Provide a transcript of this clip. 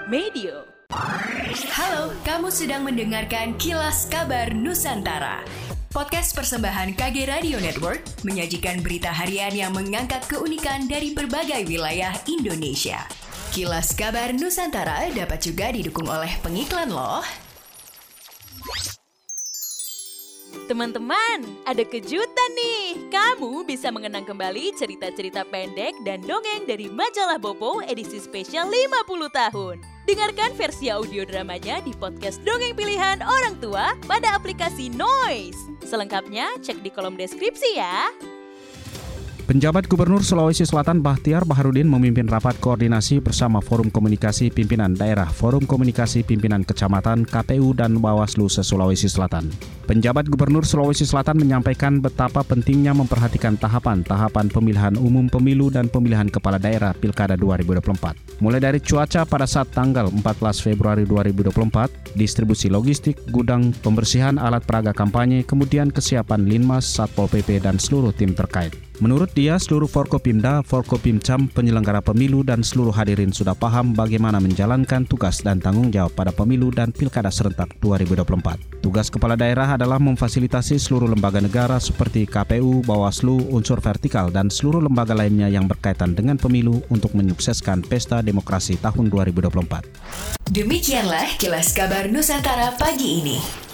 Medio. Halo, kamu sedang mendengarkan Kilas Kabar Nusantara. Podcast persembahan KG Radio Network menyajikan berita harian yang mengangkat keunikan dari berbagai wilayah Indonesia. Kilas Kabar Nusantara dapat juga didukung oleh pengiklan loh. Teman-teman, ada kejutan nih. Kamu bisa mengenang kembali cerita-cerita pendek dan dongeng dari majalah Bopo edisi spesial 50 tahun. Dengarkan versi audio dramanya di podcast Dongeng Pilihan Orang Tua pada aplikasi Noise. Selengkapnya cek di kolom deskripsi ya. Penjabat Gubernur Sulawesi Selatan Bahtiar Baharudin memimpin rapat koordinasi bersama Forum Komunikasi Pimpinan Daerah, Forum Komunikasi Pimpinan Kecamatan, KPU, dan Bawaslu se-Sulawesi Selatan. Penjabat Gubernur Sulawesi Selatan menyampaikan betapa pentingnya memperhatikan tahapan-tahapan pemilihan umum pemilu dan pemilihan kepala daerah Pilkada 2024. Mulai dari cuaca pada saat tanggal 14 Februari 2024, distribusi logistik, gudang, pembersihan alat peraga kampanye, kemudian kesiapan Linmas, Satpol PP, dan seluruh tim terkait. Menurut dia, seluruh Forkopimda, Forkopimcam, penyelenggara pemilu, dan seluruh hadirin sudah paham bagaimana menjalankan tugas dan tanggung jawab pada pemilu dan Pilkada serentak 2024. Tugas kepala daerah adalah memfasilitasi seluruh lembaga negara seperti KPU, Bawaslu, unsur vertikal, dan seluruh lembaga lainnya yang berkaitan dengan pemilu untuk menyukseskan pesta demokrasi tahun 2024. Demikianlah Kilas Kabar Nusantara pagi ini.